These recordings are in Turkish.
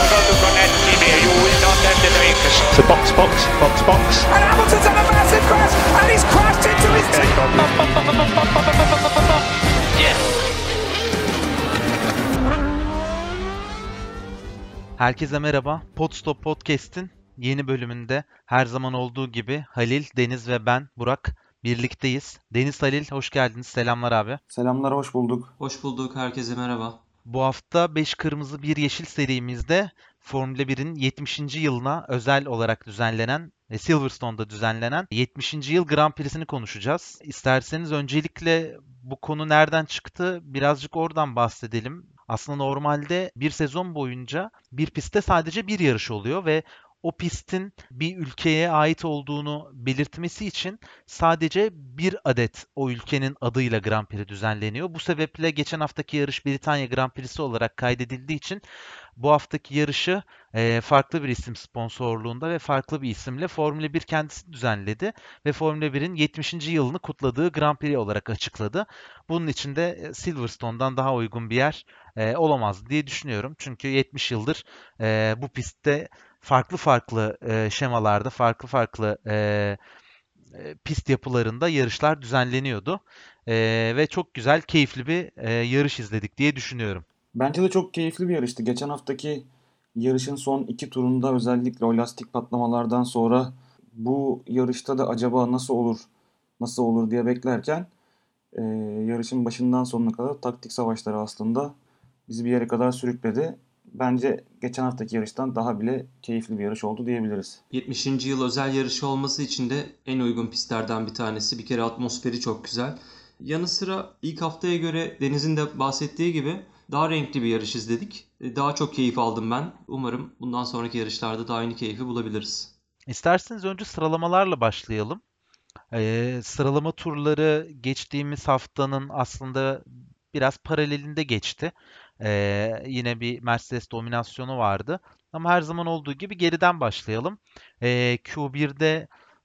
to connect TV. You will not have the drinks. So box. And Hamilton's had a massive crash, and he's crashed into his team. Herkese merhaba. Podstop Podcast'in yeni bölümünde her zaman olduğu gibi Halil, Deniz ve ben Burak birlikteyiz. Deniz, Halil hoş geldiniz. Selamlar abi. Selamlar, hoş bulduk. Hoş bulduk, herkese merhaba. Bu hafta 5 Kırmızı 1 Yeşil serimizde Formula 1'in 70. yılına özel olarak düzenlenen ve Silverstone'da düzenlenen 70. yıl Grand Prix'sini konuşacağız. İsterseniz öncelikle bu konu nereden çıktı birazcık oradan bahsedelim. Aslında normalde bir sezon boyunca bir pistte sadece bir yarış oluyor ve o pistin bir ülkeye ait olduğunu belirtmesi için sadece bir adet o ülkenin adıyla Grand Prix düzenleniyor. Bu sebeple geçen haftaki yarış Britanya Grand Prix'si olarak kaydedildiği için bu haftaki yarışı farklı bir isim sponsorluğunda ve farklı bir isimle Formula 1 kendisi düzenledi ve Formula 1'in 70. yılını kutladığı Grand Prix olarak açıkladı. Bunun için de Silverstone'dan daha uygun bir yer olamaz diye düşünüyorum. Çünkü 70 yıldır bu pistte farklı şemalarda, farklı pist yapılarında yarışlar düzenleniyordu. Ve çok güzel, keyifli bir yarış izledik diye düşünüyorum. Bence de çok keyifli bir yarıştı. Geçen haftaki yarışın son iki turunda özellikle o lastik patlamalardan sonra bu yarışta da acaba nasıl olur diye beklerken yarışın başından sonuna kadar taktik savaşları aslında bizi bir yere kadar sürükledi. Bence geçen haftaki yarıştan daha bile keyifli bir yarış oldu diyebiliriz. 70. yıl özel yarışı olması için de en uygun pistlerden bir tanesi. Bir kere atmosferi çok güzel. Yanı sıra ilk haftaya göre Deniz'in de bahsettiği gibi daha renkli bir yarış izledik. Daha çok keyif aldım ben. Umarım bundan sonraki yarışlarda da aynı keyfi bulabiliriz. İsterseniz önce sıralamalarla başlayalım. Sıralama turları geçtiğimiz haftanın aslında biraz paralelinde geçti. Yine bir Mercedes dominasyonu vardı. Ama her zaman olduğu gibi geriden başlayalım. Q1'de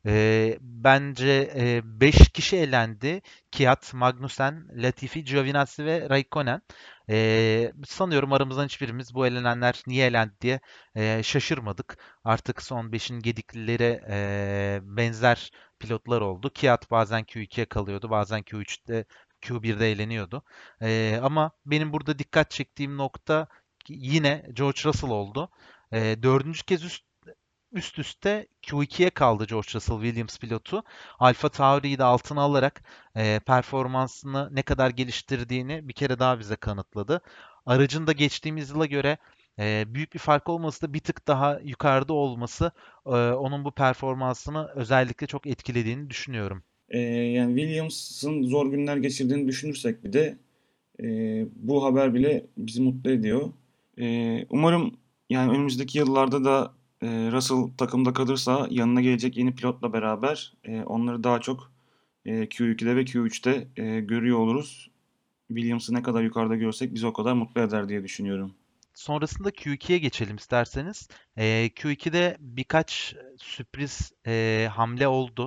bence 5 kişi elendi. Kvyat, Magnussen, Latifi, Giovinazzi ve Raikkonen. Sanıyorum aramızdan hiçbirimiz bu elenenler niye elendi diye şaşırmadık. Artık son 5'in gediklileri benzer pilotlar oldu. Kvyat bazen Q2'ye kalıyordu, bazen Q3'te, Q1'de eğleniyordu. Ama benim burada dikkat çektiğim nokta yine George Russell oldu. Dördüncü kez üst üste Q2'ye kaldı George Russell Williams pilotu. Alfa Tauri'yi de altına alarak performansını ne kadar geliştirdiğini bir kere daha bize kanıtladı. Aracın da geçtiğimiz yıla göre büyük bir fark olmasa da bir tık daha yukarıda olması onun bu performansını özellikle çok etkilediğini düşünüyorum. Yani Williams'ın zor günler geçirdiğini düşünürsek bir de bu haber bile bizi mutlu ediyor. Umarım yani önümüzdeki yıllarda da Russell takımda kalırsa yanına gelecek yeni pilotla beraber onları daha çok Q2'de ve Q3'te görüyor oluruz. Williams'ı ne kadar yukarıda görsek bizi o kadar mutlu eder diye düşünüyorum. Sonrasında Q2'ye geçelim isterseniz. Q2'de birkaç sürpriz hamle oldu.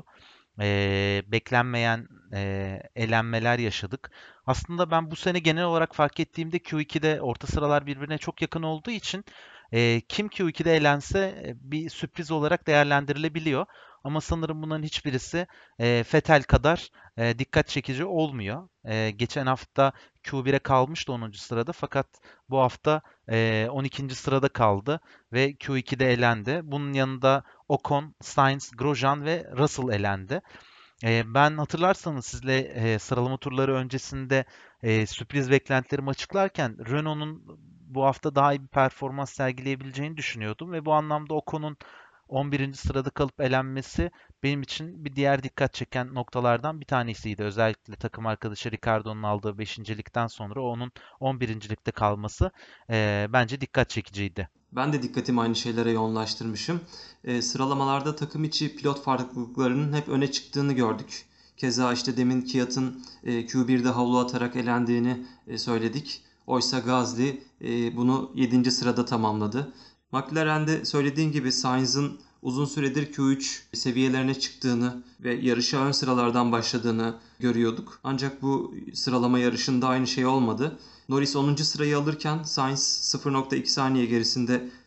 Beklenmeyen elenmeler yaşadık. Aslında ben bu sene genel olarak fark ettiğimde Q2'de orta sıralar birbirine çok yakın olduğu için kim Q2'de elense bir sürpriz olarak değerlendirilebiliyor. Ama sanırım bunların hiçbirisi Vettel kadar dikkat çekici olmuyor. Geçen hafta Q1'e kalmıştı 10. sırada fakat bu hafta 12. sırada kaldı ve Q2'de elendi. Bunun yanında Ocon, Sainz, Grosjean ve Russell elendi. Ben hatırlarsanız sizle sıralama turları öncesinde sürpriz beklentilerimi açıklarken Renault'un bu hafta daha iyi bir performans sergileyebileceğini düşünüyordum ve bu anlamda Ocon'un 11. sırada kalıp elenmesi benim için bir diğer dikkat çeken noktalardan bir tanesiydi. Özellikle takım arkadaşı Ricardo'nun aldığı 5.likten sonra onun 11.likte kalması bence dikkat çekiciydi. Ben de dikkatimi aynı şeylere yoğunlaştırmışım. Sıralamalarda takım içi pilot farklılıklarının hep öne çıktığını gördük. Keza işte demin Kvyat'ın Q1'de havlu atarak elendiğini söyledik. Oysa Gasly bunu 7. sırada tamamladı. McLaren'de söylediğin gibi Sainz'ın uzun süredir Q3 seviyelerine çıktığını ve yarışa ön sıralardan başladığını görüyorduk. Ancak bu sıralama yarışında aynı şey olmadı. Norris 10. sırayı alırken Sainz 0.2 saniye gerisinde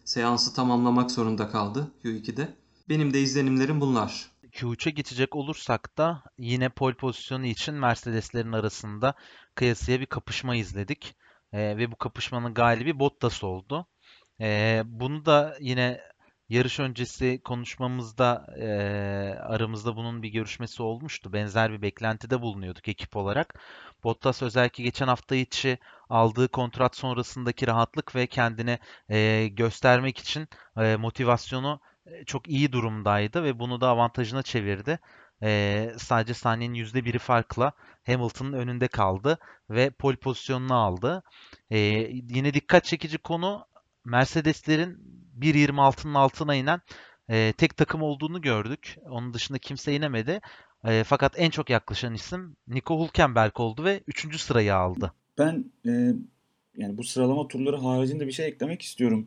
seansı tamamlamak zorunda kaldı Q2'de. Benim de izlenimlerim bunlar. Q3'e geçecek olursak da yine pole pozisyonu için Mercedeslerin arasında kıyasıya bir kapışma izledik. Ve bu kapışmanın galibi Bottas oldu. Bunu da yine yarış öncesi konuşmamızda aramızda bunun bir görüşmesi olmuştu. Benzer bir beklentide bulunuyorduk ekip olarak. Bottas özellikle geçen hafta içi aldığı kontrat sonrasındaki rahatlık ve kendini göstermek için motivasyonu çok iyi durumdaydı ve bunu da avantajına çevirdi. Sadece saniyenin %1'i farkla Hamilton'ın önünde kaldı ve pole pozisyonunu aldı. Yine dikkat çekici konu Mercedeslerin 1.26'nın altına inen tek takım olduğunu gördük. Onun dışında kimse inemedi. Fakat en çok yaklaşan isim Nico Hülkenberg oldu ve 3. sırayı aldı. Ben yani bu sıralama turları haricinde bir şey eklemek istiyorum.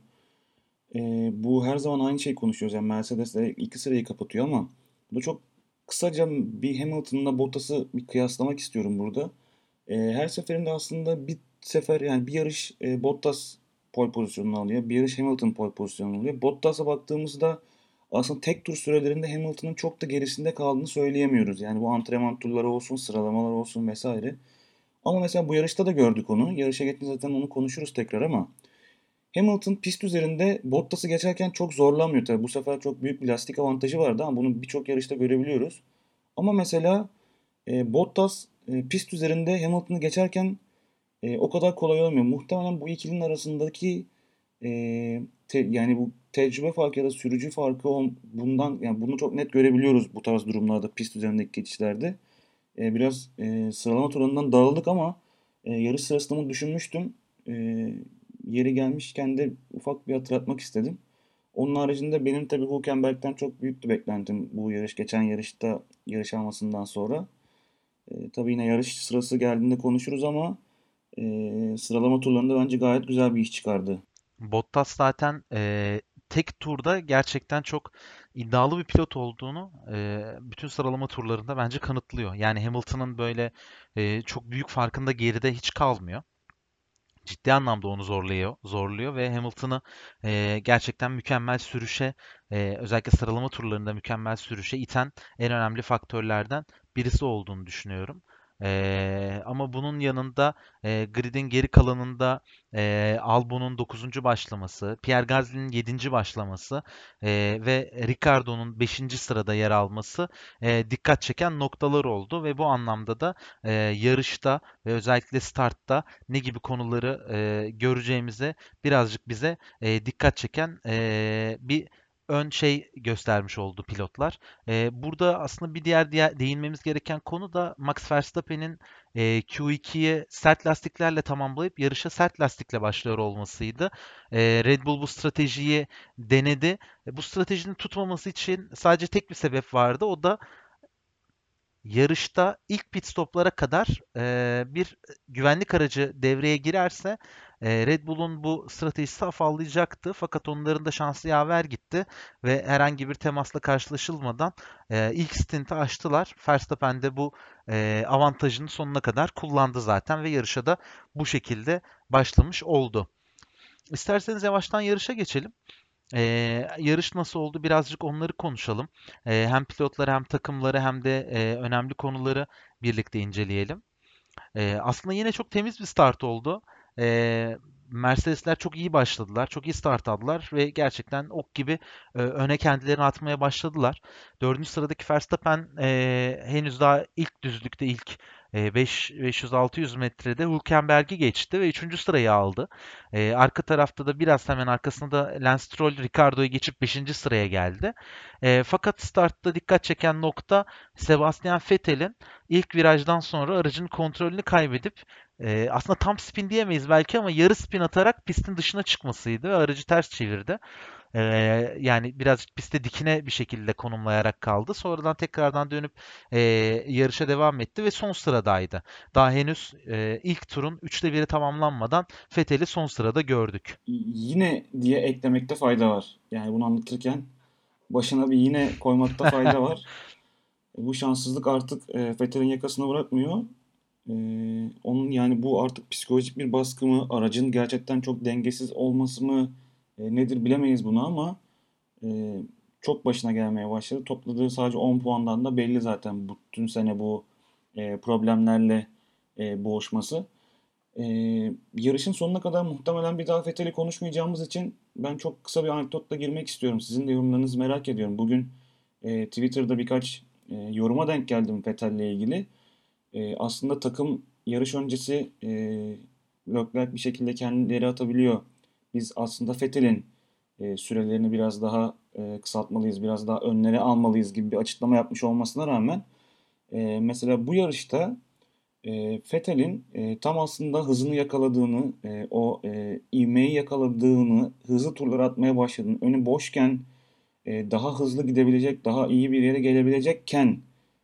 Bu her zaman aynı şeyi konuşuyoruz. Yani Mercedes de iki sırayı kapatıyor ama bu çok kısaca bir Hamilton'la Bottas'ı bir kıyaslamak istiyorum burada. Her seferinde aslında bir sefer yani bir yarış Bottas pole pozisyonunu alıyor. Bir yarış Hamilton pole pozisyonunu alıyor. Bottas'a baktığımızda aslında tek tur sürelerinde Hamilton'ın çok da gerisinde kaldığını söyleyemiyoruz. Yani bu antrenman turları olsun, sıralamalar olsun vesaire. Ama mesela bu yarışta da gördük onu. Yarışa geçince zaten onu konuşuruz tekrar ama Hamilton pist üzerinde Bottas'ı geçerken çok zorlanmıyor tabii. Bu sefer çok büyük bir lastik avantajı vardı ama bunu birçok yarışta görebiliyoruz. Ama mesela Bottas pist üzerinde Hamilton'ı geçerken o kadar kolay olmuyor. Muhtemelen bu ikilinin arasındaki yani bu tecrübe farkı ya da sürücü farkı bundan yani bunu çok net görebiliyoruz bu tarz durumlarda pist üzerindeki geçişlerde. Biraz sıralama turlarından dağıldık ama yarış sırasında bunu düşünmüştüm. E, Yeri gelmişken de ufak bir hatırlatmak istedim. Onun haricinde benim tabii Hülkenberg'den çok büyüktü beklentim bu yarış. Geçen yarışta yarış almasından sonra. Tabii yine yarış sırası geldiğinde konuşuruz ama sıralama turlarında bence gayet güzel bir iş çıkardı. Bottas zaten tek turda gerçekten çok iddialı bir pilot olduğunu bütün sıralama turlarında bence kanıtlıyor. Yani Hamilton'ın böyle çok büyük farkında geride hiç kalmıyor. Ciddi anlamda onu zorluyor ve Hamilton'ı gerçekten mükemmel sürüşe, özellikle sıralama turlarında mükemmel sürüşe iten en önemli faktörlerden birisi olduğunu düşünüyorum. Ama bunun yanında gridin geri kalanında Albon'un 9. başlaması, Pierre Gasly'nin 7. başlaması ve Ricardo'nun 5. sırada yer alması dikkat çeken noktalar oldu ve bu anlamda da yarışta ve özellikle startta ne gibi konuları göreceğimize birazcık bize dikkat çeken bir ön şey göstermiş oldu pilotlar. Burada aslında bir diğer değinmemiz gereken konu da Max Verstappen'in Q2'yi sert lastiklerle tamamlayıp yarışa sert lastikle başlıyor olmasıydı. Red Bull bu stratejiyi denedi. Bu stratejinin tutmaması için sadece tek bir sebep vardı. O da yarışta ilk pit stoplara kadar bir güvenlik aracı devreye girerse Red Bull'un bu stratejisi afallayacaktı. Fakat onların da şansı yaver gitti ve herhangi bir temasla karşılaşılmadan ilk stinti açtılar. Verstappen de bu avantajını sonuna kadar kullandı zaten ve yarışa da bu şekilde başlamış oldu. İsterseniz yavaştan yarışa geçelim. Yarış nasıl oldu? Birazcık onları konuşalım. Hem pilotları hem takımları hem de önemli konuları birlikte inceleyelim. Aslında yine çok temiz bir start oldu. Mercedesler çok iyi başladılar. Çok iyi start aldılar ve gerçekten ok gibi öne kendilerini atmaya başladılar. Dördüncü sıradaki Verstappen henüz daha ilk düzlükte ilk 500-600 metrede Hülkenberg'i geçti ve üçüncü sırayı aldı. Arka tarafta da biraz hemen arkasında da Lance Stroll Ricardo'yu geçip beşinci sıraya geldi. Fakat startta dikkat çeken nokta Sebastian Vettel'in ilk virajdan sonra aracın kontrolünü kaybedip aslında tam spin diyemeyiz belki ama yarı spin atarak pistin dışına çıkmasıydı ve aracı ters çevirdi. Yani birazcık piste dikine bir şekilde konumlayarak kaldı. Sonradan tekrardan dönüp yarışa devam etti ve son sıradaydı. Daha henüz ilk turun 1/3'ü tamamlanmadan Vettel'i son sırada gördük. Yine diye eklemekte fayda var. Yani bunu anlatırken başına bir yine koymakta fayda var. Bu şanssızlık artık Vettel'in yakasına bırakmıyor. Onun yani bu artık psikolojik bir baskı mı, aracın gerçekten çok dengesiz olması mı, Nedir bilemeyiz bunu ama e, çok başına gelmeye başladı. Topladığı sadece 10 puandan da belli zaten bütün sene bu problemlerle boğuşması. E, Yarışın sonuna kadar muhtemelen bir daha Vettel'i konuşmayacağımız için ben çok kısa bir anekdotla girmek istiyorum. Sizin de yorumlarınızı merak ediyorum. Bugün Twitter'da birkaç yoruma denk geldim Vettel'le ilgili. Aslında takım yarış öncesi Leclerc bir şekilde kendileri atabiliyor. Biz aslında Vettel'in sürelerini biraz daha kısaltmalıyız, biraz daha önlere almalıyız gibi bir açıklama yapmış olmasına rağmen mesela bu yarışta Vettel'in tam aslında hızını yakaladığını, o ivmeyi yakaladığını, hızlı turlar atmaya başladığını, önü boşken daha hızlı gidebilecek, daha iyi bir yere gelebilecekken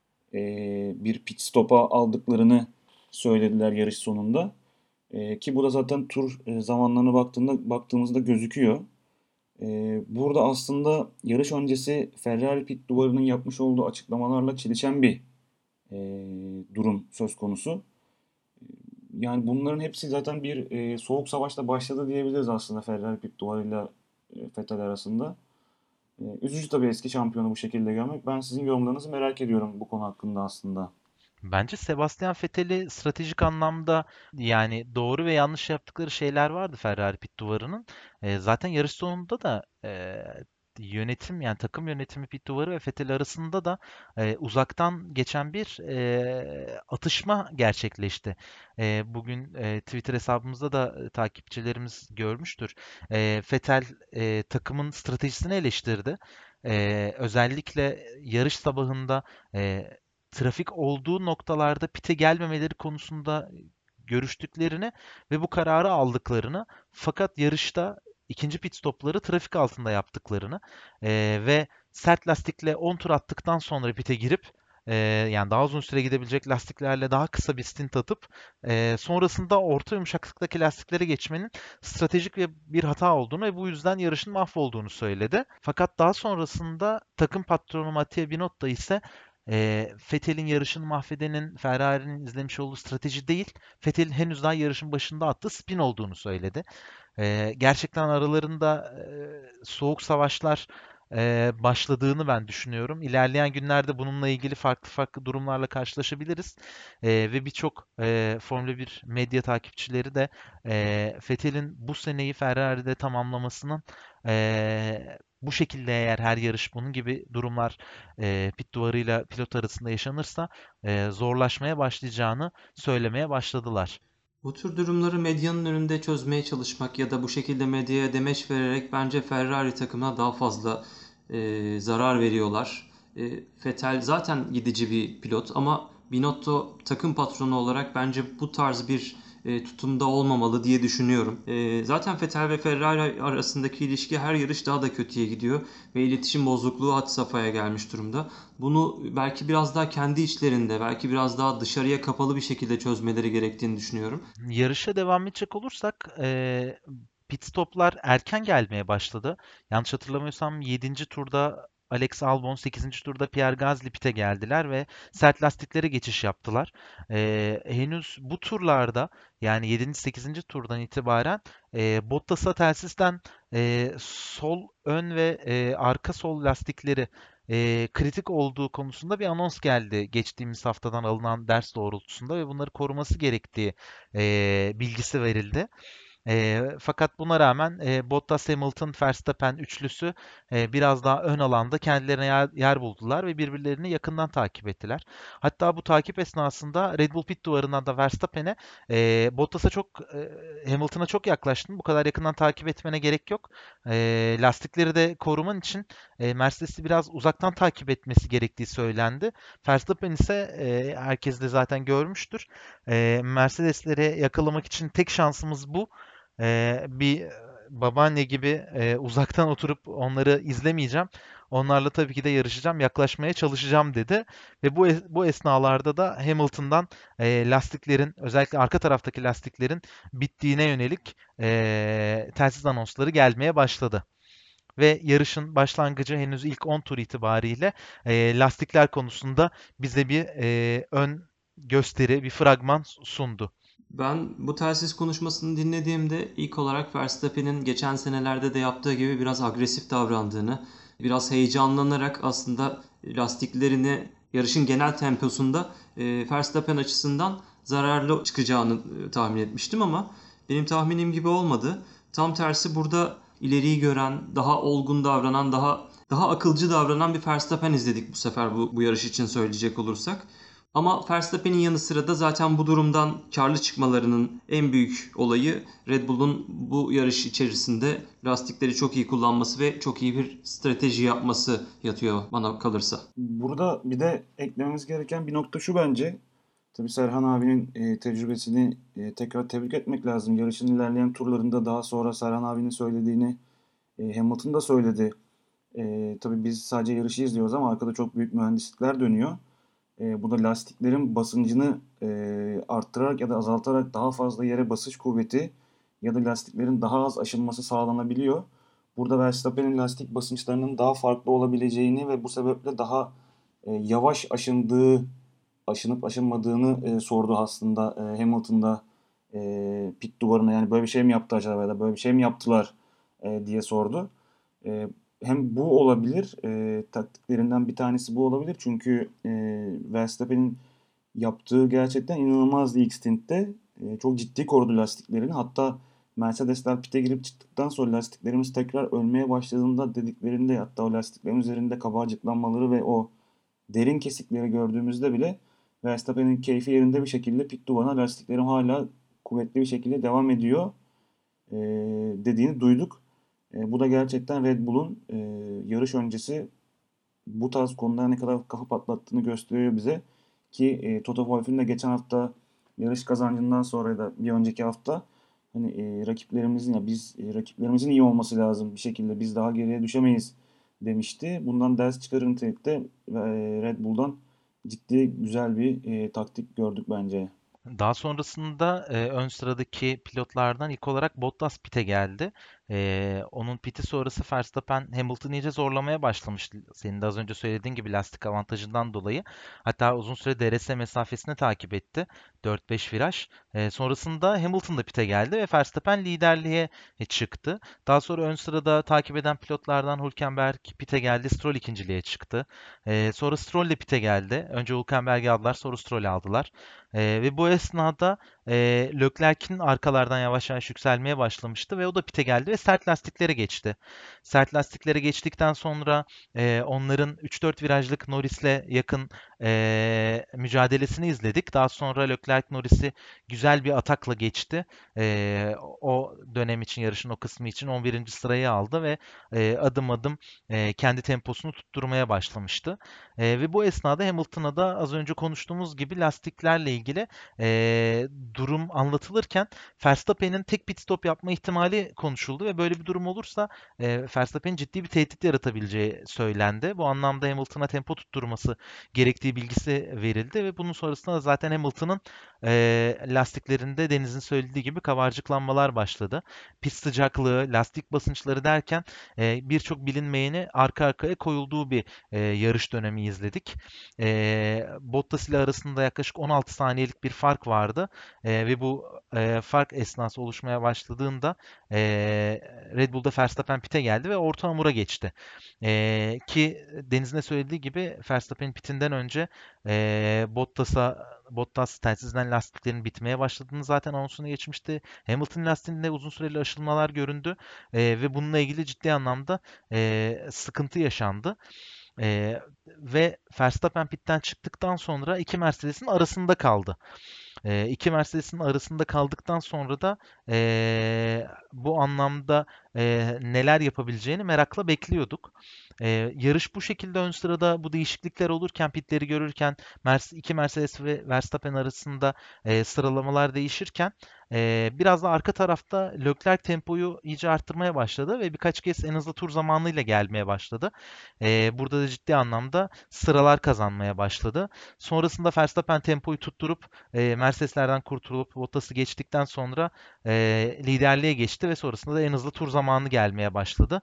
bir pit stop'a aldıklarını söylediler yarış sonunda. Ki bu da zaten tur zamanlarına baktığımızda gözüküyor. Burada aslında yarış öncesi Ferrari pit duvarının yapmış olduğu açıklamalarla çelişen bir e, durum söz konusu. Yani bunların hepsi zaten bir soğuk savaşla başladı diyebiliriz aslında Ferrari pit duvarıyla Vettel arasında. Üzücü tabii eski şampiyonu bu şekilde görmek. Ben sizin yorumlarınızı merak ediyorum bu konu hakkında aslında. Bence Sebastian Vettel'i stratejik anlamda yani doğru ve yanlış yaptıkları şeyler vardı Ferrari pit duvarının. Zaten yarış sonunda da yönetim yani takım yönetimi pit duvarı ve Vettel arasında da uzaktan geçen bir atışma gerçekleşti. Bugün Twitter hesabımızda da takipçilerimiz görmüştür. Vettel takımın stratejisini eleştirdi. Özellikle yarış sabahında trafik olduğu noktalarda pite gelmemeleri konusunda görüştüklerini ve bu kararı aldıklarını fakat yarışta ikinci pit stopları trafik altında yaptıklarını ve sert lastikle 10 tur attıktan sonra pite girip yani daha uzun süre gidebilecek lastiklerle daha kısa bir stint atıp sonrasında orta yumuşaklıktaki lastiklere geçmenin stratejik ve bir hata olduğunu ve bu yüzden yarışın mahvolduğunu söyledi. Fakat daha sonrasında takım patronu Mattia Binotto ise Vettel'in yarışını mahvedenin Ferrari'nin izlemiş olduğu strateji değil, Vettel'in henüz daha yarışın başında attığı spin olduğunu söyledi. Gerçekten aralarında soğuk savaşlar başladığını ben düşünüyorum. İlerleyen günlerde bununla ilgili farklı farklı durumlarla karşılaşabiliriz. Ve birçok Formula 1 medya takipçileri de Vettel'in bu seneyi Ferrari'de tamamlamasının bu şekilde eğer her yarış bunun gibi durumlar pit duvarıyla pilot arasında yaşanırsa zorlaşmaya başlayacağını söylemeye başladılar. Bu tür durumları medyanın önünde çözmeye çalışmak ya da bu şekilde medyaya demeç vererek bence Ferrari takımına daha fazla zarar veriyorlar. Vettel zaten gidici bir pilot ama Binotto takım patronu olarak bence bu tarz bir tutumda olmamalı diye düşünüyorum. Zaten Vettel ve Ferrari arasındaki ilişki her yarış daha da kötüye gidiyor ve iletişim bozukluğu had safhaya gelmiş durumda. Bunu belki biraz daha kendi içlerinde, belki biraz daha dışarıya kapalı bir şekilde çözmeleri gerektiğini düşünüyorum. Yarışa devam edecek olursak pit stoplar erken gelmeye başladı. Yanlış hatırlamıyorsam 7. turda Alex Albon, 8. turda Pierre Gasly pit'e geldiler ve sert lastiklere geçiş yaptılar. Henüz bu turlarda yani 7. 8. turdan itibaren Bottas'a telsizden sol ön ve arka sol lastikleri kritik olduğu konusunda bir anons geldi geçtiğimiz haftadan alınan ders doğrultusunda ve bunları koruması gerektiği bilgisi verildi. Fakat buna rağmen Bottas, Hamilton, Verstappen üçlüsü biraz daha ön alanda kendilerine yer buldular ve birbirlerini yakından takip ettiler. Hatta bu takip esnasında Red Bull pit duvarından da Verstappen'e Bottas'a çok Hamilton'a çok yaklaştın. Bu kadar yakından takip etmene gerek yok. Lastikleri de koruman için Mercedes'i biraz uzaktan takip etmesi gerektiği söylendi. Verstappen ise herkes de zaten görmüştür. Mercedes'leri yakalamak için tek şansımız bu. Bir babaanne gibi uzaktan oturup onları izlemeyeceğim. Onlarla tabii ki de yarışacağım, yaklaşmaya çalışacağım dedi. Ve bu esnalarda da Hamilton'dan lastiklerin, özellikle arka taraftaki lastiklerin bittiğine yönelik telsiz anonsları gelmeye başladı. Ve yarışın başlangıcı henüz ilk 10 tur itibariyle lastikler konusunda bize bir ön gösteri, bir fragman sundu. Ben bu telsiz konuşmasını dinlediğimde ilk olarak Verstappen'in geçen senelerde de yaptığı gibi biraz agresif davrandığını, biraz heyecanlanarak aslında lastiklerini yarışın genel temposunda Verstappen açısından zararlı çıkacağını tahmin etmiştim ama benim tahminim gibi olmadı. Tam tersi burada ileriyi gören, daha olgun davranan, daha akılcı davranan bir Verstappen izledik bu sefer bu yarış için söyleyecek olursak. Ama Verstappen'in yanı sıra da zaten bu durumdan karlı çıkmalarının en büyük olayı Red Bull'un bu yarış içerisinde lastikleri çok iyi kullanması ve çok iyi bir strateji yapması yatıyor bana kalırsa. Burada bir de eklememiz gereken bir nokta şu bence. Tabii Serhan abinin tecrübesini tekrar tebrik etmek lazım. Yarışın ilerleyen turlarında daha sonra Serhan abinin söylediğini Hamilton da söyledi. Tabii biz sadece yarışı izliyoruz ama arkada çok büyük mühendislikler dönüyor. Bu da lastiklerin basıncını arttırarak ya da azaltarak daha fazla yere basış kuvveti ya da lastiklerin daha az aşınması sağlanabiliyor. Burada Verstappen'in lastik basınçlarının daha farklı olabileceğini ve bu sebeple daha yavaş aşınıp aşınmadığını sordu aslında Hamilton'da pit duvarına. Yani böyle bir şey mi yaptı acaba ya da böyle bir şey mi yaptılar diye sordu. Hem bu olabilir, taktiklerinden bir tanesi bu olabilir. Çünkü Verstappen'in yaptığı gerçekten inanılmazdı ilk stintte. Çok ciddi korudu lastiklerini. Hatta Mercedesler pite girip çıktıktan sonra lastiklerimiz tekrar ölmeye başladığında dediklerinde, hatta o lastiklerin üzerinde kabarcıklanmaları ve o derin kesikleri gördüğümüzde bile Verstappen'in keyfi yerinde bir şekilde pit duvarına lastiklerim hala kuvvetli bir şekilde devam ediyor e, dediğini duyduk. Bu da gerçekten Red Bull'un yarış öncesi bu tarz konulara ne kadar kafa patlattığını gösteriyor bize. Ki Toto Wolff'ün de geçen hafta yarış kazancından sonra da bir önceki hafta hani rakiplerimizin ya biz rakiplerimizin iyi olması lazım bir şekilde, biz daha geriye düşemeyiz demişti. Bundan ders çıkarın nitelikte Red Bull'dan ciddi güzel bir taktik gördük bence. Daha sonrasında ön sıradaki pilotlardan ilk olarak Bottas pite geldi. Onun piti sonrası Verstappen Hamilton'ı iyice zorlamaya başlamıştı. Senin de az önce söylediğin gibi lastik avantajından dolayı. Hatta uzun süre DRS mesafesini takip etti. 4-5 viraj. Sonrasında Hamilton da pite geldi ve Verstappen liderliğe çıktı. Daha sonra ön sırada takip eden pilotlardan Hülkenberg pite geldi. Stroll ikinciliğe çıktı. Sonra Stroll de pite geldi. Önce Hülkenberg'i aldılar, sonra Stroll'ü aldılar. Ve bu esnada Leclerc'in arkalardan yavaş yavaş yükselmeye başlamıştı ve o da pite geldi ve sert lastiklere geçti. Sert lastiklere geçtikten sonra onların 3-4 virajlık Norris'le yakın mücadelesini izledik. Daha sonra Leclerc Norris'i güzel bir atakla geçti. O dönem için, yarışın o kısmı için 11. sırayı aldı ve adım adım kendi temposunu tutturmaya başlamıştı. Ve bu esnada Hamilton'a da az önce konuştuğumuz gibi lastiklerle ilgili durum anlatılırken Verstappen'in tek pit stop yapma ihtimali konuşuldu ve böyle bir durum olursa Verstappen'in ciddi bir tehdit yaratabileceği söylendi. Bu anlamda Hamilton'a tempo tutturması gerektiği bilgisi verildi ve bunun sonrasında da zaten Hamilton'ın lastiklerinde Deniz'in söylediği gibi kabarcıklanmalar başladı. Pist sıcaklığı, lastik basınçları derken birçok bilinmeyeni arka arkaya koyulduğu bir yarış dönemi izledik. Bottas ile arasında yaklaşık 16 saniyelik bir fark vardı. Ve bu fark esnası oluşmaya başladığında Red Bull'da Verstappen pite geldi ve orta hamura geçti. Ki Deniz'in de söylediği gibi Verstappen pitinden önce Bottas telsizden lastiklerin bitmeye başladığını zaten anonsunu geçmişti. Hamilton lastiğinde uzun süreli aşınmalar göründü ve bununla ilgili ciddi anlamda sıkıntı yaşandı. Ve Verstappen pitten çıktıktan sonra iki Mercedes'in arasında kaldı. İki Mercedes'in arasında kaldıktan sonra da bu anlamda neler yapabileceğini merakla bekliyorduk. Yarış bu şekilde ön sırada bu değişiklikler olurken, pitleri görürken iki Mercedes ve Verstappen arasında sıralamalar değişirken Biraz da arka tarafta Leclerc tempoyu iyice arttırmaya başladı ve birkaç kez en hızlı tur zamanıyla gelmeye başladı. Burada da ciddi anlamda sıralar kazanmaya başladı. Sonrasında Verstappen tempoyu tutturup Mercedeslerden kurtulup Bottas'ı geçtikten sonra liderliğe geçti ve sonrasında da en hızlı tur zamanı gelmeye başladı.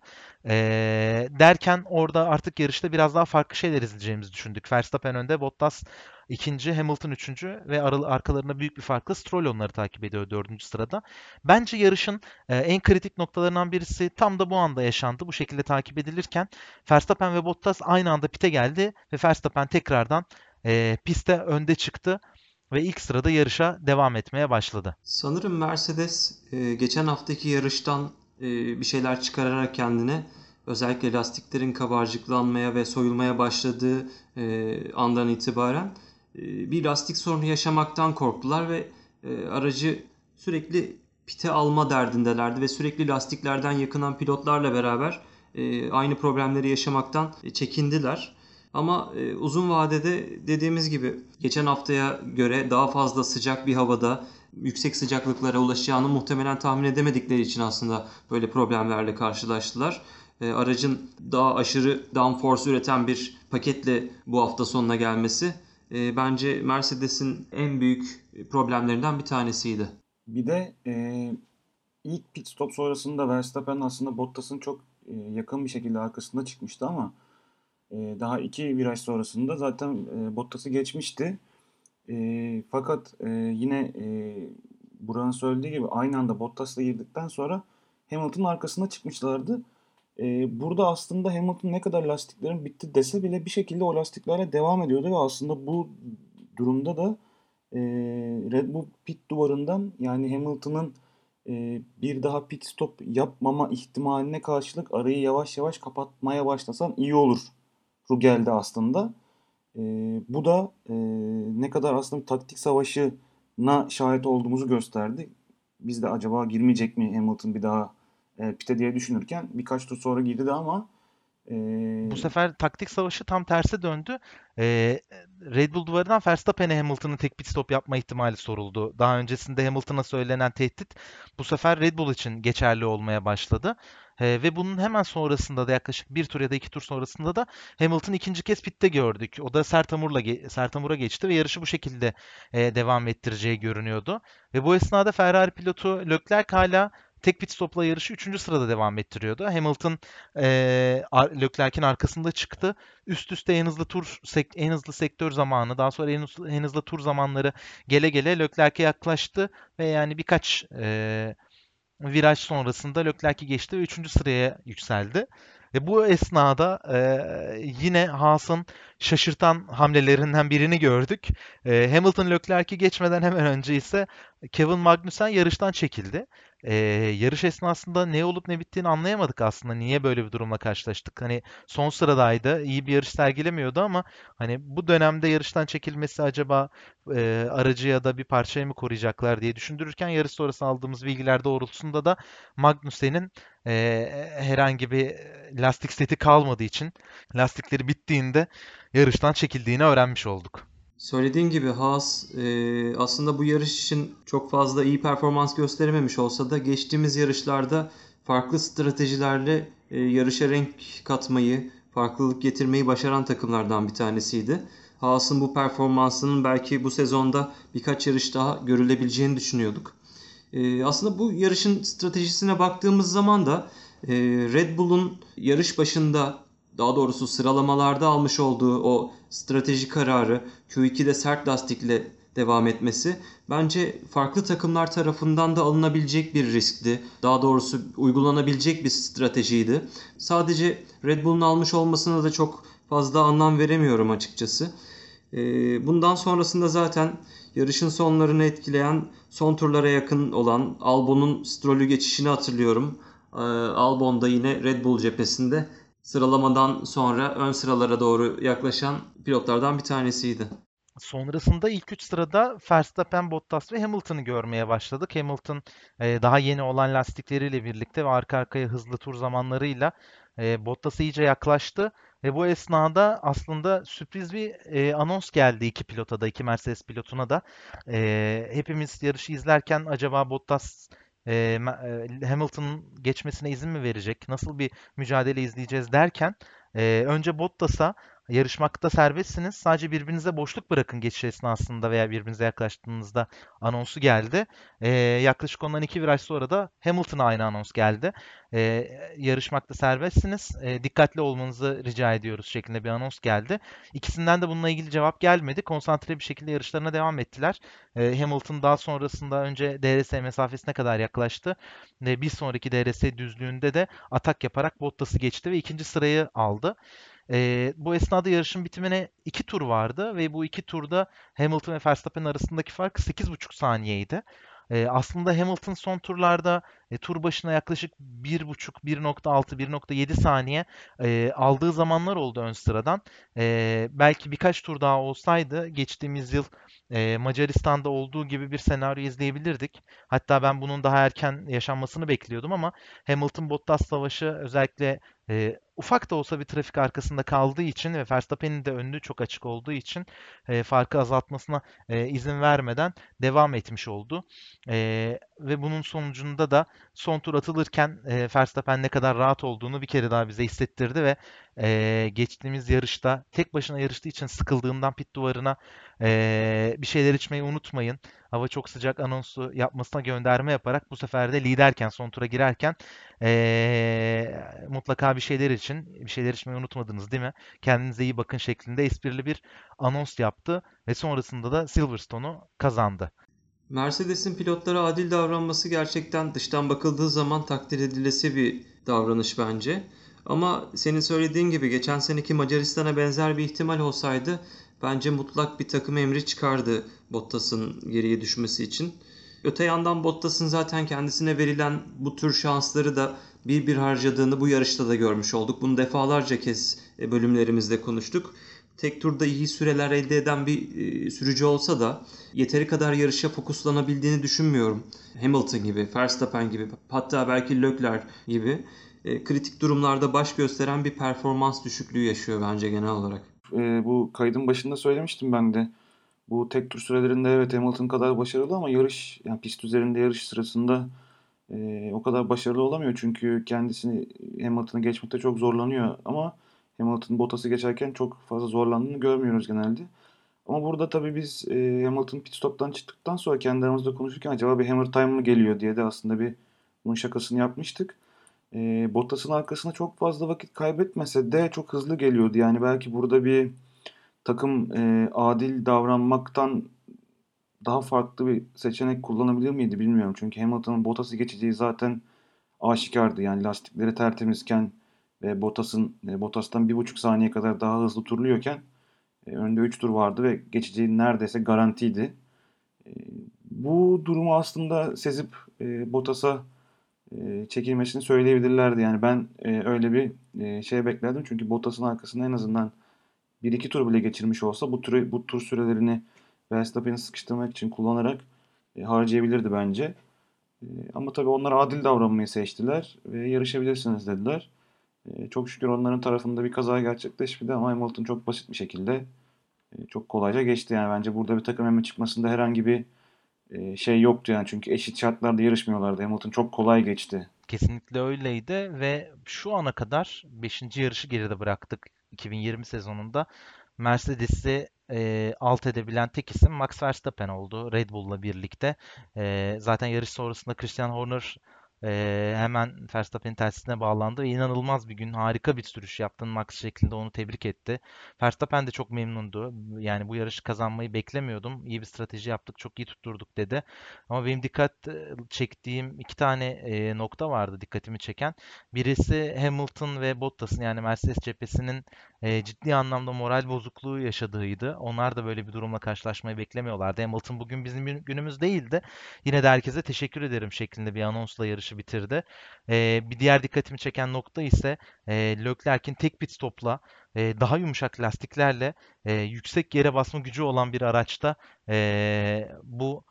Derken orada artık yarışta biraz daha farklı şeyler izleyeceğimizi düşündük. Verstappen önde, Bottas ikinci, Hamilton üçüncü ve arkalarında büyük bir farkla Stroll onları takip ediyor dördüncü sırada. Bence yarışın en kritik noktalarından birisi tam da bu anda yaşandı. Bu şekilde takip edilirken Verstappen ve Bottas aynı anda pite geldi ve Verstappen tekrardan piste önde çıktı ve ilk sırada yarışa devam etmeye başladı. Sanırım Mercedes geçen haftaki yarıştan bir şeyler çıkararak kendine, özellikle lastiklerin kabarcıklanmaya ve soyulmaya başladığı andan itibaren bir lastik sorunu yaşamaktan korktular ve aracı sürekli pite alma derdindelerdi ve sürekli lastiklerden yakınan pilotlarla beraber aynı problemleri yaşamaktan çekindiler. Ama uzun vadede dediğimiz gibi geçen haftaya göre daha fazla sıcak bir havada yüksek sıcaklıklara ulaşacağını muhtemelen tahmin edemedikleri için aslında böyle problemlerle karşılaştılar. Aracın daha aşırı downforce üreten bir paketle bu hafta sonuna gelmesi bence Mercedes'in en büyük problemlerinden bir tanesiydi. Bir de ilk pit stop sonrasında Verstappen aslında Bottas'ın çok yakın bir şekilde arkasında çıkmıştı ama daha iki viraj sonrasında zaten Bottas'ı geçmişti. Fakat yine Burak'ın söylediği gibi aynı anda Bottas'la girdikten sonra Hamilton'ın arkasına çıkmışlardı. Burada aslında Hamilton ne kadar lastiklerin bitti dese bile bir şekilde o lastiklerle devam ediyordu ve aslında bu durumda da Red Bull pit duvarından, yani Hamilton'ın bir daha pit stop yapmama ihtimaline karşılık arayı yavaş yavaş kapatmaya başlasan iyi olur geldi aslında. Bu da ne kadar aslında bir taktik savaşına şahit olduğumuzu gösterdi. Biz de acaba girmeyecek mi Hamilton bir daha pite diye düşünürken birkaç tur sonra girdi de ama Bu sefer taktik savaşı tam terse döndü. Red Bull duvarından Verstappen'e Hamilton'ın tek pit stop yapma ihtimali soruldu. Daha öncesinde Hamilton'a söylenen tehdit bu sefer Red Bull için geçerli olmaya başladı. Ve bunun hemen sonrasında da yaklaşık bir tur ya da iki tur sonrasında da Hamilton ikinci kez pitte gördük. O da Sertamur'a geçti ve yarışı bu şekilde devam ettireceği görünüyordu. Ve bu esnada Ferrari pilotu Leclerc hala tek pit stopla yarışı 3. sırada devam ettiriyordu. Hamilton Leclerc'in arkasında çıktı. Üst üste en hızlı sektör zamanı, daha sonra en hızlı tur zamanları gele gele Leclerc'e yaklaştı ve yani birkaç viraj sonrasında Leclerc'i geçti ve 3. sıraya yükseldi. Ve bu esnada yine Haas'ın şaşırtan hamlelerinden birini gördük. Hamilton Leclerc'i geçmeden hemen önce ise Kevin Magnussen yarıştan çekildi. Yarış esnasında ne olup ne bittiğini anlayamadık aslında. Niye böyle bir durumla karşılaştık? Hani son sıradaydı, iyi bir yarış sergilemiyordu ama hani bu dönemde yarıştan çekilmesi acaba aracı ya da bir parçayı mı koruyacaklar diye düşündürürken yarış sonrası aldığımız bilgiler doğrultusunda da Magnussen'in herhangi bir lastik seti kalmadığı için lastikleri bittiğinde yarıştan çekildiğini öğrenmiş olduk. Söylediğin gibi Haas aslında bu yarış için çok fazla iyi performans gösterememiş olsa da geçtiğimiz yarışlarda farklı stratejilerle yarışa renk katmayı, farklılık getirmeyi başaran takımlardan bir tanesiydi. Haas'ın bu performansının belki bu sezonda birkaç yarış daha görülebileceğini düşünüyorduk. Aslında bu yarışın stratejisine baktığımız zaman da Red Bull'un yarış başında, daha doğrusu sıralamalarda almış olduğu o strateji kararı, Q2'de sert lastikle devam etmesi bence farklı takımlar tarafından da alınabilecek bir riskti. Daha doğrusu uygulanabilecek bir stratejiydi. Sadece Red Bull'un almış olmasına da çok fazla anlam veremiyorum açıkçası. Bundan sonrasında zaten yarışın sonlarını etkileyen, son turlara yakın olan Albon'un Stroll'ü geçişini hatırlıyorum. Albon da yine Red Bull cephesinde sıralamadan sonra ön sıralara doğru yaklaşan pilotlardan bir tanesiydi. Sonrasında ilk 3 sırada Verstappen, Bottas ve Hamilton'ı görmeye başladık. Hamilton daha yeni olan lastikleriyle birlikte ve arka arkaya hızlı tur zamanlarıyla Bottas'a iyice yaklaştı Ve bu esnada aslında sürpriz bir anons geldi iki pilota da, iki Mercedes pilotuna da. Hepimiz yarışı izlerken acaba Bottas Hamilton'ın geçmesine izin mi verecek? Nasıl bir mücadele izleyeceğiz derken önce Bottas'a yarışmakta serbestsiniz. Sadece birbirinize boşluk bırakın geçiş esnasında veya birbirinize yaklaştığınızda anonsu geldi. Yaklaşık ondan iki viraj sonra da Hamilton'a aynı anons geldi. Yarışmakta serbestsiniz. Dikkatli olmanızı rica ediyoruz şeklinde bir anons geldi. İkisinden de bununla ilgili cevap gelmedi. Konsantre bir şekilde yarışlarına devam ettiler. Hamilton daha sonrasında önce DRS mesafesine kadar yaklaştı. Bir sonraki DRS düzlüğünde de atak yaparak Bottas'ı geçti ve ikinci sırayı aldı. Bu esnada yarışın bitimine 2 tur vardı ve bu 2 turda Hamilton ve Verstappen arasındaki fark 8,5 saniyeydi. Aslında Hamilton son turlarda tur başına yaklaşık 1,5, 1,6, 1,7 saniye aldığı zamanlar oldu ön sıradan. Belki birkaç tur daha olsaydı geçtiğimiz yıl Macaristan'da olduğu gibi bir senaryo izleyebilirdik. Hatta ben bunun daha erken yaşanmasını bekliyordum ama Hamilton-Bottas savaşı özellikle ufak da olsa bir trafik arkasında kaldığı için ve Verstappen'in de önünü çok açık olduğu için farkı azaltmasına izin vermeden devam etmiş oldu. Ve bunun sonucunda da son tur atılırken Verstappen ne kadar rahat olduğunu bir kere daha bize hissettirdi ve geçtiğimiz yarışta tek başına yarıştığı için sıkıldığından pit duvarına bir şeyler içmeyi unutmayın. Hava çok sıcak anonsu yapmasına gönderme yaparak bu sefer de liderken son tura girerken mutlaka bir şeyler için bir şeyler içmeyi unutmadınız değil mi? Kendinize iyi bakın şeklinde esprili bir anons yaptı ve sonrasında da Silverstone'u kazandı. Mercedes'in pilotlara adil davranması gerçekten dıştan bakıldığı zaman takdir edilesi bir davranış bence. Ama senin söylediğin gibi geçen seneki Macaristan'a benzer bir ihtimal olsaydı bence mutlak bir takım emri çıkardı Bottas'ın geriye düşmesi için. Öte yandan Bottas'ın zaten kendisine verilen bu tür şansları da bir harcadığını bu yarışta da görmüş olduk. Bunu defalarca kez bölümlerimizde konuştuk. Tek turda iyi süreler elde eden bir sürücü olsa da yeteri kadar yarışa fokuslanabildiğini düşünmüyorum. Hamilton gibi, Verstappen gibi, hatta belki Leclerc gibi kritik durumlarda baş gösteren bir performans düşüklüğü yaşıyor bence genel olarak. Bu kaydın başında söylemiştim ben de. Bu tek tur sürelerinde evet Hamilton kadar başarılı ama yarış, yani pist üzerinde yarış sırasında o kadar başarılı olamıyor. Çünkü kendisini Hamilton'ı geçmekte çok zorlanıyor. Ama Hamilton Bottas'ı geçerken çok fazla zorlandığını görmüyoruz genelde. Ama burada tabii biz Hamilton pit stop'tan çıktıktan sonra kendi aramızda konuşurken acaba bir hammer time mı geliyor diye de aslında bir bunun şakasını yapmıştık. Bottas'ın arkasında çok fazla vakit kaybetmese de çok hızlı geliyordu. Yani belki burada bir takım adil davranmaktan daha farklı bir seçenek kullanabilir miydi bilmiyorum. Çünkü Hamilton'ın Bottas'ı geçeceği zaten aşikardı. Yani lastikleri tertemizken ve Bottas'tan 1,5 saniye kadar daha hızlı turluyorken önde 3 tur vardı ve geçeceği neredeyse garantiydi. E, Bu durumu aslında sezip Bottas'a çekilmesini söyleyebilirlerdi. Yani ben öyle bir şey beklerdim. Çünkü Bottas'ın arkasında en azından bir iki tur bile geçirmiş olsa bu tur sürelerini Verstappen'i sıkıştırmak için kullanarak harcayabilirdi bence. Ama tabii onlar adil davranmayı seçtiler ve yarışabilirsiniz dediler. Çok şükür onların tarafında bir kaza gerçekleşmedi ama Hamilton çok basit bir şekilde çok kolayca geçti. Yani bence burada bir takım emmi çıkmasında herhangi bir şey yoktu yani. Çünkü eşit şartlarda yarışmıyorlardı. Hamilton çok kolay geçti. Kesinlikle öyleydi ve şu ana kadar beşinci yarışı geride bıraktık 2020 sezonunda. Mercedes'i alt edebilen tek isim Max Verstappen oldu Red Bull'la birlikte. Zaten yarış sonrasında Christian Horner hemen Verstappen'in tersine bağlandı ve inanılmaz bir gün, harika bir sürüş yaptın Max şeklinde onu tebrik etti. Verstappen de çok memnundu. Yani bu yarışı kazanmayı beklemiyordum. İyi bir strateji yaptık, çok iyi tutturduk dedi. Ama benim dikkat çektiğim iki tane nokta vardı dikkatimi çeken. Birisi Hamilton ve Bottas'ın yani Mercedes cephesinin ciddi anlamda moral bozukluğu yaşadığıydı. Onlar da böyle bir durumla karşılaşmayı beklemiyorlardı. Hamilton bugün bizim günümüz değildi. Yine de herkese teşekkür ederim şeklinde bir anonsla yarışı bitirdi. Bir diğer dikkatimi çeken nokta ise Leclerc'in tek pit stopla daha yumuşak lastiklerle yüksek yere basma gücü olan bir araçta bu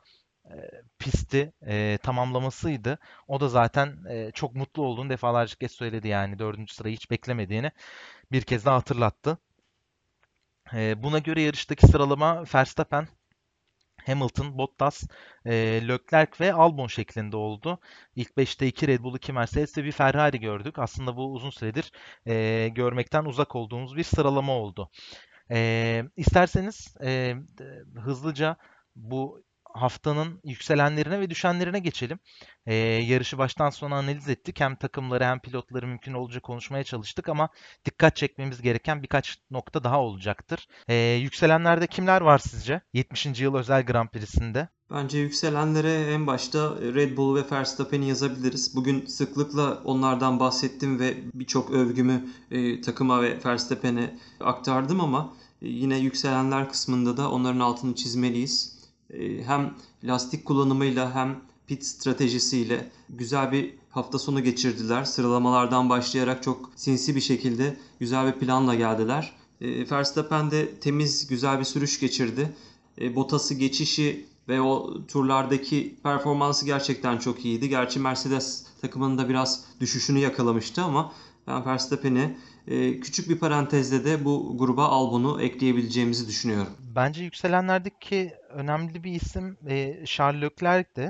pisti tamamlamasıydı. O da zaten çok mutlu olduğunu defalarca kez söyledi, yani 4. sırayı hiç beklemediğini bir kez daha hatırlattı. Buna göre yarıştaki sıralama Verstappen, Hamilton, Bottas, Leclerc ve Albon şeklinde oldu. İlk 5'te 2 Red Bull, 2 Mercedes ve bir Ferrari gördük. Aslında bu uzun süredir görmekten uzak olduğumuz bir sıralama oldu. İsterseniz hızlıca bu haftanın yükselenlerine ve düşenlerine geçelim. Yarışı baştan sona analiz ettik. Hem takımları hem pilotları mümkün olunca konuşmaya çalıştık ama dikkat çekmemiz gereken birkaç nokta daha olacaktır. Yükselenlerde kimler var sizce? 70. yıl özel Grand Prix'sinde. Bence yükselenlere en başta Red Bull ve Verstappen'i yazabiliriz. Bugün sıklıkla onlardan bahsettim ve birçok övgümü takıma ve Verstappen'e aktardım ama yine yükselenler kısmında da onların altını çizmeliyiz. Hem lastik kullanımıyla hem pit stratejisiyle güzel bir hafta sonu geçirdiler. Sıralamalardan başlayarak çok sinsi bir şekilde güzel bir planla geldiler. Verstappen de temiz, güzel bir sürüş geçirdi. Bottas'ı geçişi ve o turlardaki performansı gerçekten çok iyiydi. Gerçi Mercedes takımının da biraz düşüşünü yakalamıştı ama ben Verstappen'i küçük bir parantezde de bu gruba Albon'u ekleyebileceğimizi düşünüyorum. Bence yükselenlerdeki önemli bir isim Charles Leclerc'ti.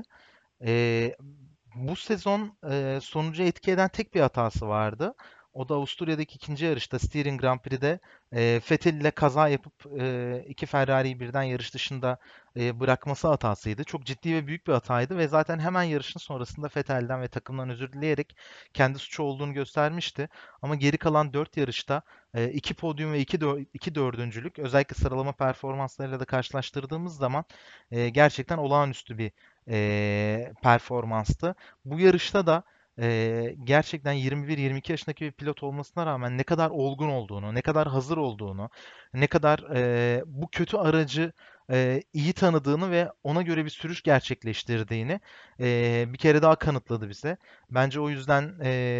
Bu sezon sonucu etki eden tek bir hatası vardı. O da Avusturya'daki ikinci yarışta Steering Grand Prix'de Vettel ile kaza yapıp iki Ferrari'yi birden yarış dışında bırakması hatasıydı. Çok ciddi ve büyük bir hataydı ve zaten hemen yarışın sonrasında Vettel'den ve takımdan özür dileyerek kendi suçu olduğunu göstermişti. Ama geri kalan 4 yarışta 2 podyum ve 2 dördüncülük, özellikle sıralama performanslarıyla da karşılaştırdığımız zaman gerçekten olağanüstü bir performanstı. Bu yarışta da gerçekten 21-22 yaşındaki bir pilot olmasına rağmen ne kadar olgun olduğunu, ne kadar hazır olduğunu, ne kadar bu kötü aracı iyi tanıdığını ve ona göre bir sürüş gerçekleştirdiğini bir kere daha kanıtladı bize. Bence o yüzden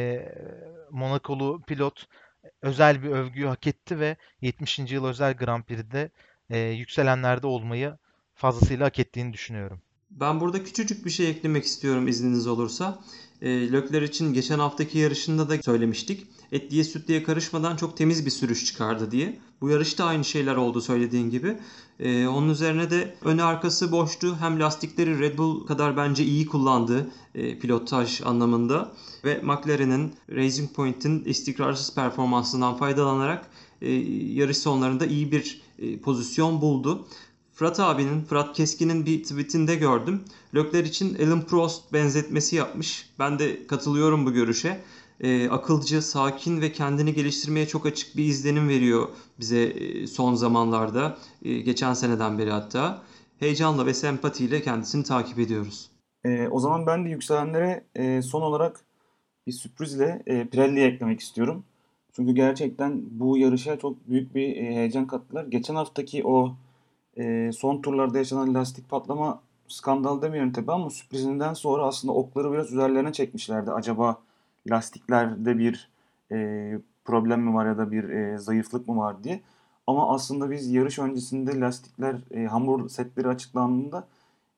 Monakolu pilot özel bir övgüyü hak etti ve 70. yıl özel Grand Prix'de yükselenlerde olmayı fazlasıyla hak ettiğini düşünüyorum. Ben burada küçücük bir şey eklemek istiyorum izniniz olursa. Leclerc için geçen haftaki yarışında da söylemiştik. Etliye sütlüye karışmadan çok temiz bir sürüş çıkardı diye. Bu yarışta aynı şeyler oldu söylediğin gibi. Onun üzerine de önü arkası boştu. Hem lastikleri Red Bull kadar bence iyi kullandı pilotaj anlamında. Ve McLaren'in Racing Point'in istikrarsız performansından faydalanarak yarış sonlarında iyi bir pozisyon buldu. Fırat Keskin'in bir tweetinde gördüm. Leclerc için Alain Prost benzetmesi yapmış. Ben de katılıyorum bu görüşe. Akılcı, sakin ve kendini geliştirmeye çok açık bir izlenim veriyor bize son zamanlarda. Geçen seneden beri hatta. Heyecanla ve sempatiyle kendisini takip ediyoruz. O zaman ben de yükselenlere son olarak bir sürprizle Pirelli'yi eklemek istiyorum. Çünkü gerçekten bu yarışa çok büyük bir heyecan kattılar. Geçen haftaki o son turlarda yaşanan lastik patlama, skandal demiyorum tabii ama sürprizinden sonra aslında okları biraz üzerlerine çekmişlerdi. Acaba lastiklerde bir problem mi var ya da bir zayıflık mı var diye. Ama aslında biz yarış öncesinde lastikler hamur setleri açıklandığında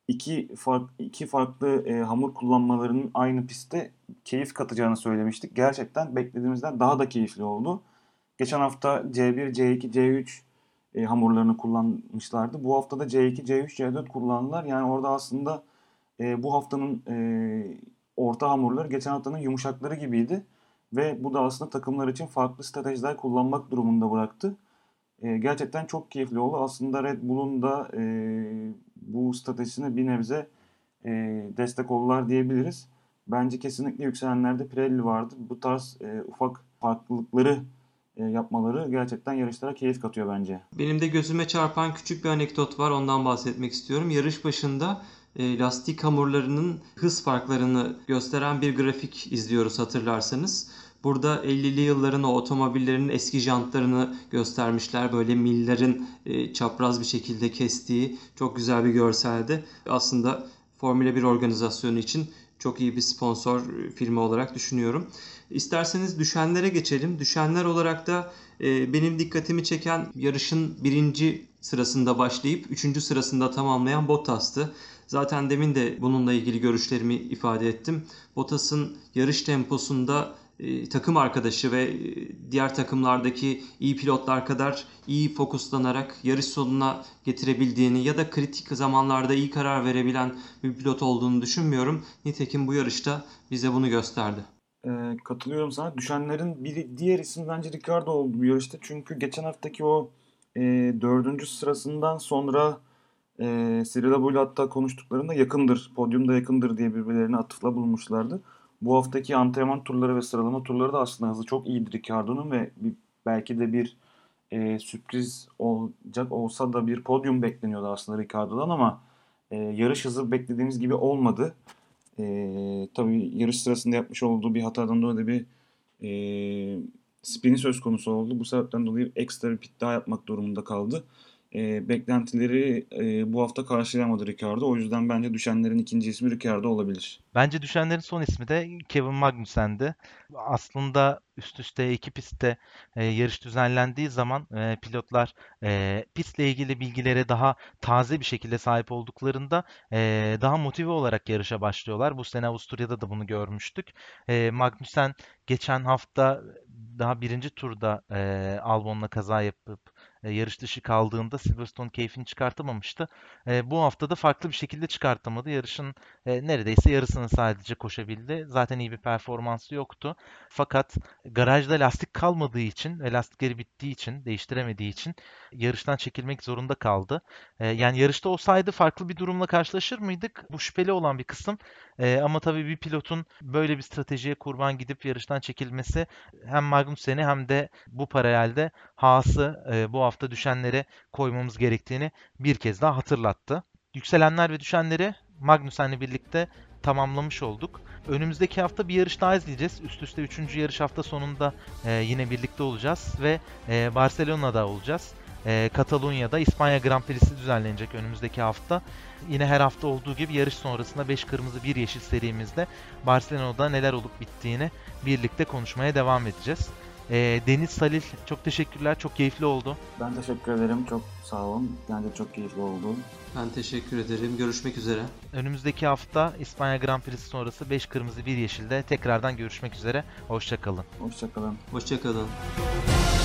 iki farklı hamur kullanmalarının aynı pistte keyif katacağını söylemiştik. Gerçekten beklediğimizden daha da keyifli oldu. Geçen hafta C1, C2, C3 hamurlarını kullanmışlardı. Bu hafta da C2, C3, C4 kullandılar. Yani orada aslında bu haftanın orta hamurları geçen haftanın yumuşakları gibiydi. Ve bu da aslında takımlar için farklı stratejiler kullanmak durumunda bıraktı. Gerçekten çok keyifli oldu. Aslında Red Bull'un da bu stratejisine bir nebze destek oldular diyebiliriz. Bence kesinlikle yükselenlerde Pirelli vardı. Bu tarz ufak farklılıkları yapmaları gerçekten yarışlara keyif katıyor bence. Benim de gözüme çarpan küçük bir anekdot var. Ondan bahsetmek istiyorum. Yarış başında lastik hamurlarının hız farklarını gösteren bir grafik izliyoruz hatırlarsanız. Burada 50'li yılların o otomobillerinin eski jantlarını göstermişler. Böyle millerin çapraz bir şekilde kestiği çok güzel bir görseldi. Aslında Formula 1 organizasyonu için çok iyi bir sponsor firma olarak düşünüyorum. İsterseniz düşenlere geçelim. Düşenler olarak da benim dikkatimi çeken yarışın birinci sırasında başlayıp üçüncü sırasında tamamlayan Bottas'tı. Zaten demin de bununla ilgili görüşlerimi ifade ettim. Bottas'ın yarış temposunda takım arkadaşı ve diğer takımlardaki iyi pilotlar kadar iyi fokuslanarak yarış sonuna getirebildiğini ya da kritik zamanlarda iyi karar verebilen bir pilot olduğunu düşünmüyorum. Nitekim bu yarışta bize bunu gösterdi. Katılıyorum sana. Düşenlerin bir diğer isim bence Ricardo oldu bu yarışta. Çünkü geçen haftaki o 4. sırasından sonra Cyril Abou'yla hatta konuştuklarında yakındır, podyumda yakındır diye birbirlerine atıfla bulmuşlardı. Bu haftaki antrenman turları ve sıralama turları da aslında hızı çok iyiydi Ricardo'nun ve belki de bir sürpriz olacak olsa da bir podyum bekleniyordu aslında Ricardo'dan ama yarış hızı beklediğimiz gibi olmadı. Tabii yarış sırasında yapmış olduğu bir hatadan dolayı bir spini söz konusu oldu. Bu sebepten dolayı ekstra bir pit daha yapmak durumunda kaldı. Beklentileri bu hafta karşılayamadı Ricardo. O yüzden bence düşenlerin ikinci ismi Ricardo olabilir. Bence düşenlerin son ismi de Kevin Magnussen'di. Aslında üst üste iki pistte yarış düzenlendiği zaman pilotlar pistle ilgili bilgilere daha taze bir şekilde sahip olduklarında daha motive olarak yarışa başlıyorlar. Bu sene Avusturya'da da bunu görmüştük. Magnussen geçen hafta daha birinci turda Albon'la kaza yapıp yarış dışı kaldığında Silverstone keyfini çıkartamamıştı. Bu hafta da farklı bir şekilde çıkartamadı. Yarışın neredeyse yarısını sadece koşabildi. Zaten iyi bir performansı yoktu. Fakat garajda lastik kalmadığı için ve lastikleri bittiği için, değiştiremediği için yarıştan çekilmek zorunda kaldı. Yani yarışta olsaydı farklı bir durumla karşılaşır mıydık? Bu şüpheli olan bir kısım. Ama tabii bir pilotun böyle bir stratejiye kurban gidip yarıştan çekilmesi hem Magnussen'i hem de bu paralelde Haas'ı bu hafta düşenlere koymamız gerektiğini bir kez daha hatırlattı. Yükselenler ve düşenleri Magnussen'le birlikte tamamlamış olduk. Önümüzdeki hafta bir yarış daha izleyeceğiz. Üst üste 3. yarış hafta sonunda yine birlikte olacağız ve Barcelona'da olacağız. Katalonya'da İspanya Grand Prix'si düzenlenecek önümüzdeki hafta. Yine her hafta olduğu gibi yarış sonrasında 5 kırmızı 1 yeşil serimizde Barcelona'da neler olup bittiğini birlikte konuşmaya devam edeceğiz. Deniz, Salih, çok teşekkürler. Çok keyifli oldu. Ben teşekkür ederim. Çok sağ olun. Bence çok keyifli oldu. Ben teşekkür ederim. Görüşmek üzere. Önümüzdeki hafta İspanya Grand Prix'si sonrası 5 kırmızı 1 yeşilde tekrardan görüşmek üzere. Hoşça kalın. Hoşça kalın. Hoşça kalın.